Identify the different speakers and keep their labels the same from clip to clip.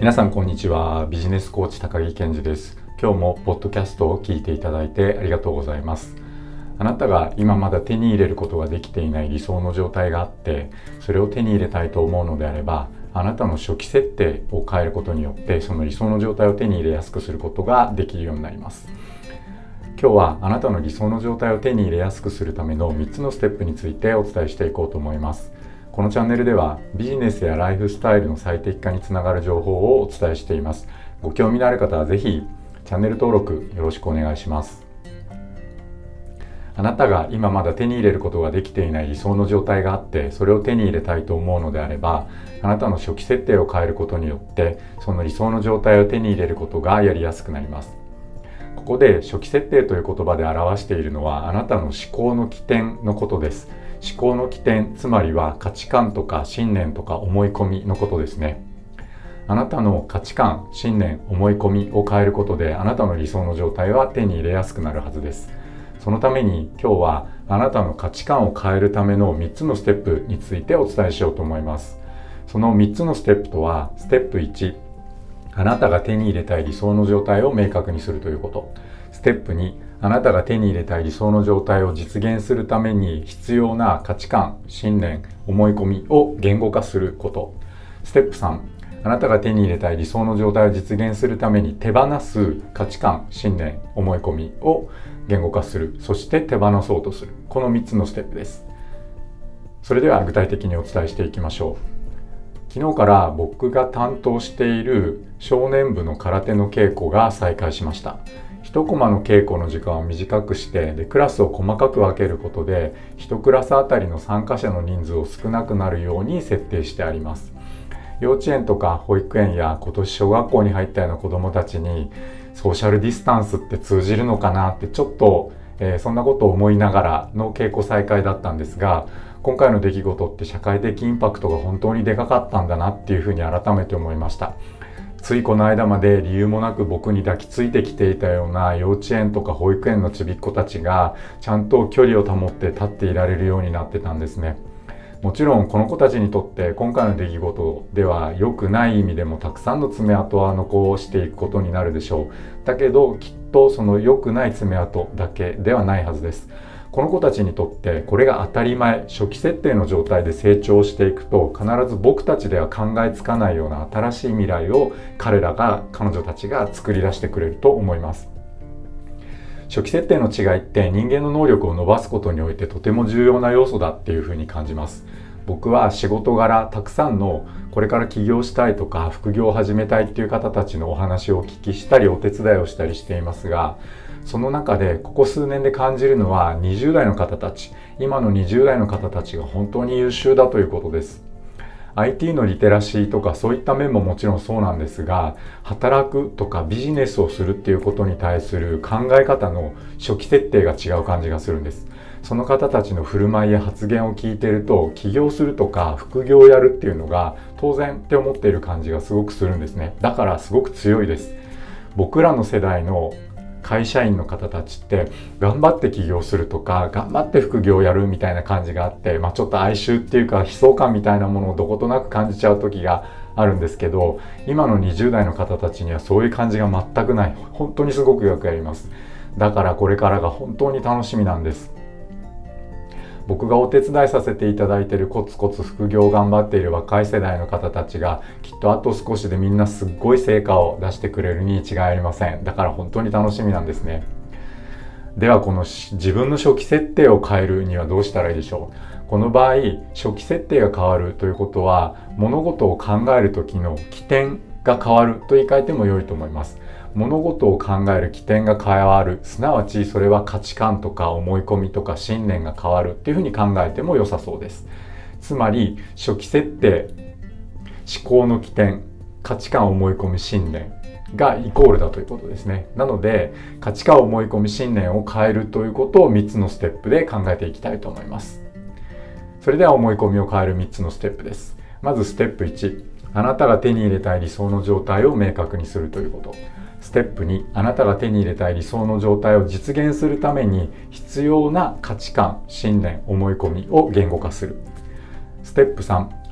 Speaker 1: 皆さんこんにちは。ビジネスコーチ高木健二です。今日もポッドキャストを聞いていただいてありがとうございます。あなたが今まだ手に入れることができていない理想の状態があって、それを手に入れたいと思うのであれば、あなたの初期設定を変えることによってその理想の状態を手に入れやすくすることができるようになります。今日はあなたの理想の状態を手に入れやすくするための3つのステップについてお伝えしていこうと思います。このチャンネルではビジネスやライフスタイルの最適化につながる情報をお伝えしています。ご興味のある方はぜひチャンネル登録よろしくお願いします。あなたが今まだ手に入れることができていない理想の状態があって、それを手に入れたいと思うのであれば、あなたの初期設定を変えることによってその理想の状態を手に入れることがやりやすくなります。ここで初期設定という言葉で表しているのは、あなたの思考の起点のことです。思考の起点、つまりは価値観とか信念とか思い込みのことですね。あなたの価値観、信念、思い込みを変えることで、あなたの理想の状態は手に入れやすくなるはずです。そのために今日はあなたの価値観を変えるための3つのステップについてお伝えしようと思います。その3つのステップとは、ステップ1、あなたが手に入れたい理想の状態を明確にするということ。ステップ2、あなたが手に入れたい理想の状態を実現するために必要な価値観、信念、思い込みを言語化すること。ステップ3、あなたが手に入れたい理想の状態を実現するために手放す価値観、信念、思い込みを言語化する。そして手放そうとする。この3つのステップです。それでは具体的にお伝えしていきましょう。昨日から僕が担当している少年部の空手の稽古が再開しました。1コマの稽古の時間を短くして、クラスを細かく分けることで1クラスあたりの参加者の人数を少なくなるように設定してあります。幼稚園とか保育園や今年小学校に入ったような子どもたちにソーシャルディスタンスって通じるのかなってちょっと、そんなことを思いながらの稽古再開だったんですが、今回の出来事って社会的インパクトが本当にでかかったんだなっていうふうに改めて思いました。ついこの間まで理由もなく僕に抱きついてきていたような幼稚園とか保育園のちびっ子たちがちゃんと距離を保って立っていられるようになってたんですね。もちろんこの子たちにとって今回の出来事では良くない意味でもたくさんの爪痕は残していくことになるでしょう。だけどきっとその良くない爪痕だけではないはずです。この子たちにとってこれが当たり前、初期設定の状態で成長していくと、必ず僕たちでは考えつかないような新しい未来を彼女たちが作り出してくれると思います。初期設定の違いって人間の能力を伸ばすことにおいてとても重要な要素だっていうふうに感じます。僕は仕事柄たくさんのこれから起業したいとか副業を始めたいっていう方たちのお話をお聞きしたりお手伝いをしたりしていますが、その中でここ数年で感じるのは20代の方たち、今の20代の方たちが本当に優秀だということです。IT のリテラシーとかそういった面ももちろんそうなんですが、働くとかビジネスをするっていうことに対する考え方の初期設定が違う感じがするんです。その方たちの振る舞いや発言を聞いていると、起業するとか副業をやるっていうのが当然って思っている感じがすごくするんですね。だからすごく強いです。僕らの世代の会社員の方たちって頑張って起業するとか頑張って副業をやるみたいな感じがあって、ちょっと哀愁っていうか悲壮感みたいなものをどことなく感じちゃう時があるんですけど、今の20代の方たちにはそういう感じが全くない。本当にすごくよくやります。だからこれからが本当に楽しみなんです。僕がお手伝いさせていただいているコツコツ副業を頑張っている若い世代の方たちがきっとあと少しでみんなすっごい成果を出してくれるに違いありません。だから本当に楽しみなんですね。ではこの自分の初期設定を変えるにはどうしたらいいでしょう。この場合、初期設定が変わるということは物事を考える時の起点が変わると言い換えても良いと思います。物事を考える起点が変わる、すなわちそれは価値観とか思い込みとか信念が変わるっていうふうに考えても良さそうです。つまり初期設定、思考の起点、価値観、思い込み、信念がイコールだということですね。なので価値観、思い込み、信念を変えるということを3つのステップで考えていきたいと思います。それでは思い込みを変える3つのステップです。まずステップ1、あなたが手に入れたい理想の状態を明確にするということ。ステップ2、あなたが手に入れたい理想の状態を実現するために必要な価値観、信念、思い込みを言語化する。ステップ3、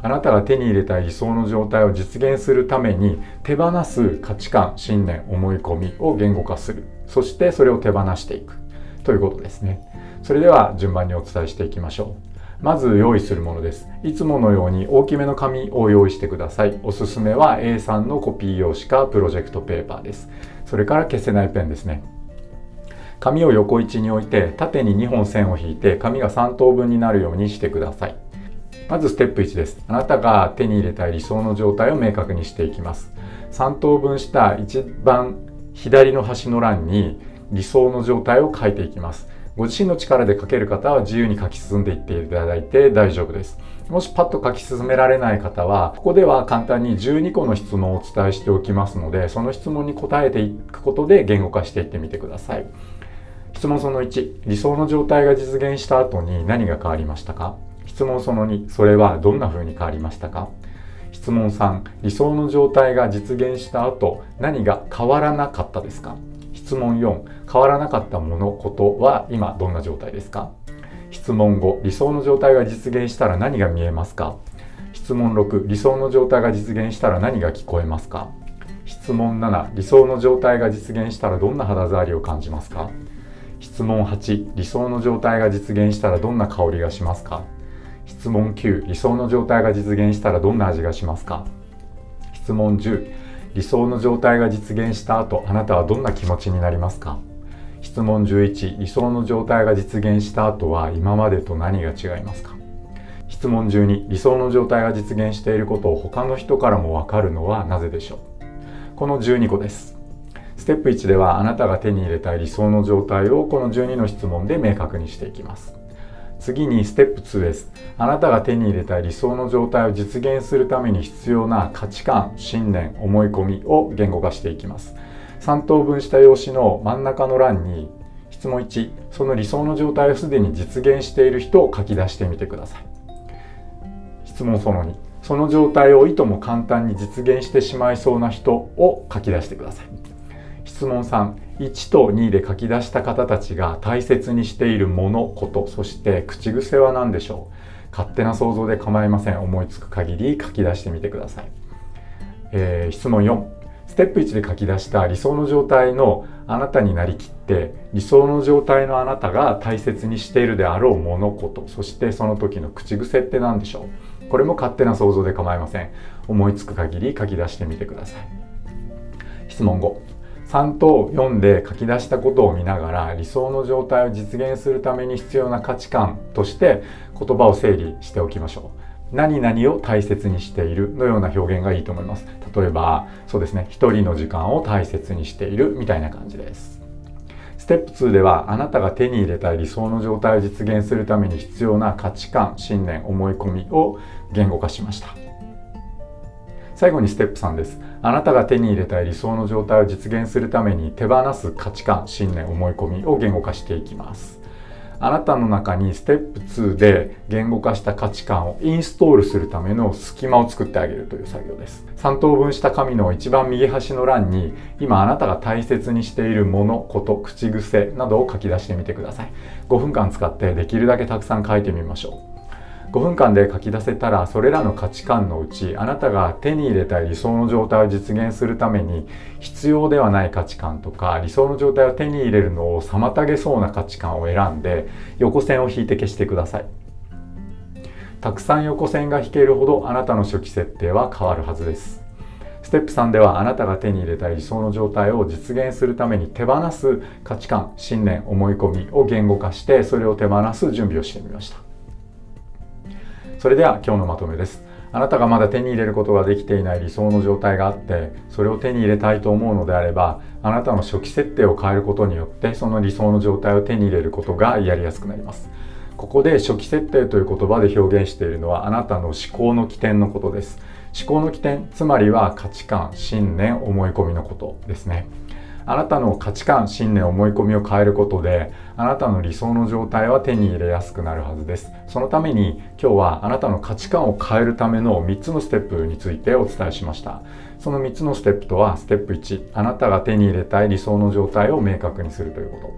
Speaker 1: あなたが手に入れたい理想の状態を実現するために手放す価値観、信念、思い込みを言語化する。そしてそれを手放していくということですね。それでは順番にお伝えしていきましょう。まず用意するものです。いつものように大きめの紙を用意してください。おすすめは A3 のコピー用紙かプロジェクトペーパーです。それから消せないペンですね。紙を横位置に置いて縦に2本線を引いて紙が3等分になるようにしてください。まずステップ1です。あなたが手に入れたい理想の状態を明確にしていきます。3等分した一番左の端の欄に理想の状態を書いていきます。ご自身の力で書ける方は自由に書き進んでいっていただいて大丈夫です。もしパッと書き進められない方は、ここでは簡単に12個の質問をお伝えしておきますので、その質問に答えていくことで言語化していってみてください。質問その1、理想の状態が実現した後に何が変わりましたか？質問その2、それはどんな風に変わりましたか？質問3、理想の状態が実現した後何が変わらなかったですか？質問4、変わらなかったもの、ことは今どんな状態ですか？質問5、理想の状態が実現したら何が見えますか？質問6、理想の状態が実現したら何が聞こえますか？質問7、理想の状態が実現したらどんな肌触りを感じますか？質問8、理想の状態が実現したらどんな香りがしますか？質問9、理想の状態が実現したらどんな味がしますか？質問10、理想の状態が実現した後あなたはどんな気持ちになりますか？質問11、理想の状態が実現した後は今までと何が違いますか？質問12、理想の状態が実現していることを他の人からも分かるのはなぜでしょう？この12個です。ステップ1ではあなたが手に入れたい理想の状態をこの12の質問で明確にしていきます。次にステップ2です。あなたが手に入れたい理想の状態を実現するために必要な価値観、信念、思い込みを言語化していきます。3等分した用紙の真ん中の欄に質問1、その理想の状態をすでに実現している人を書き出してみてください。質問その2、その状態をいとも簡単に実現してしまいそうな人を書き出してください。質問3、1と2で書き出した方たちが大切にしているもの、こと、そして口癖は何でしょう？勝手な想像で構いません。思いつく限り書き出してみてください。質問4、ステップ1で書き出した理想の状態のあなたになりきって理想の状態のあなたが大切にしているであろうもの、こと、そしてその時の口癖って何でしょう？これも勝手な想像で構いません。思いつく限り書き出してみてください。質問5、3と4で書き出したことを見ながら理想の状態を実現するために必要な価値観として言葉を整理しておきましょう。何々を大切にしているのような表現がいいと思います。例えばそうですね、一人の時間を大切にしているみたいな感じです。ステップ2ではあなたが手に入れたい理想の状態を実現するために必要な価値観、信念、思い込みを言語化しました。最後にステップ3です。あなたが手に入れたい理想の状態を実現するために手放す価値観、信念、思い込みを言語化していきます。あなたの中にステップ2で言語化した価値観をインストールするための隙間を作ってあげるという作業です。3等分した紙の一番右端の欄に今あなたが大切にしているもの、こと、口癖などを書き出してみてください。5分間使ってできるだけたくさん書いてみましょう。5分間で書き出せたら、それらの価値観のうちあなたが手に入れたい理想の状態を実現するために必要ではない価値観とか理想の状態を手に入れるのを妨げそうな価値観を選んで横線を引いて消してください。たくさん横線が引けるほどあなたの初期設定は変わるはずです。ステップ3ではあなたが手に入れたい理想の状態を実現するために手放す価値観、信念、思い込みを言語化してそれを手放す準備をしてみました。それでは今日のまとめです。あなたがまだ手に入れることができていない理想の状態があって、それを手に入れたいと思うのであれば、あなたの初期設定を変えることによってその理想の状態を手に入れることがやりやすくなります。ここで初期設定という言葉で表現しているのはあなたの思考の起点のことです。思考の起点、つまりは価値観、信念、思い込みのことですね。あなたの価値観、信念、思い込みを変えることであなたの理想の状態は手に入れやすくなるはずです。そのために今日はあなたの価値観を変えるための3つのステップについてお伝えしました。その3つのステップとは、ステップ1、あなたが手に入れたい理想の状態を明確にするということ。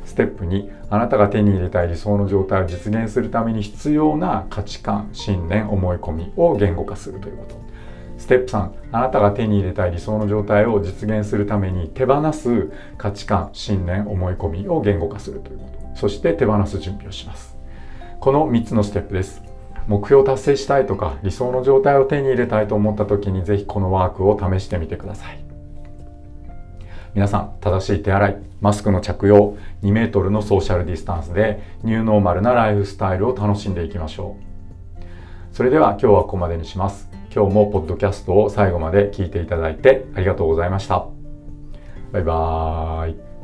Speaker 1: ステップ2、あなたが手に入れたい理想の状態を実現するために必要な価値観、信念、思い込みを言語化するということ。ステップ3、あなたが手に入れたい理想の状態を実現するために手放す価値観、信念、思い込みを言語化するということ。そして手放す準備をします。この3つのステップです。目標を達成したいとか理想の状態を手に入れたいと思った時にぜひこのワークを試してみてください。皆さん、正しい手洗い、マスクの着用、2メートルのソーシャルディスタンスでニューノーマルなライフスタイルを楽しんでいきましょう。それでは今日はここまでにします。今日もポッドキャストを最後まで聞いていただいてありがとうございました。バイバーイ。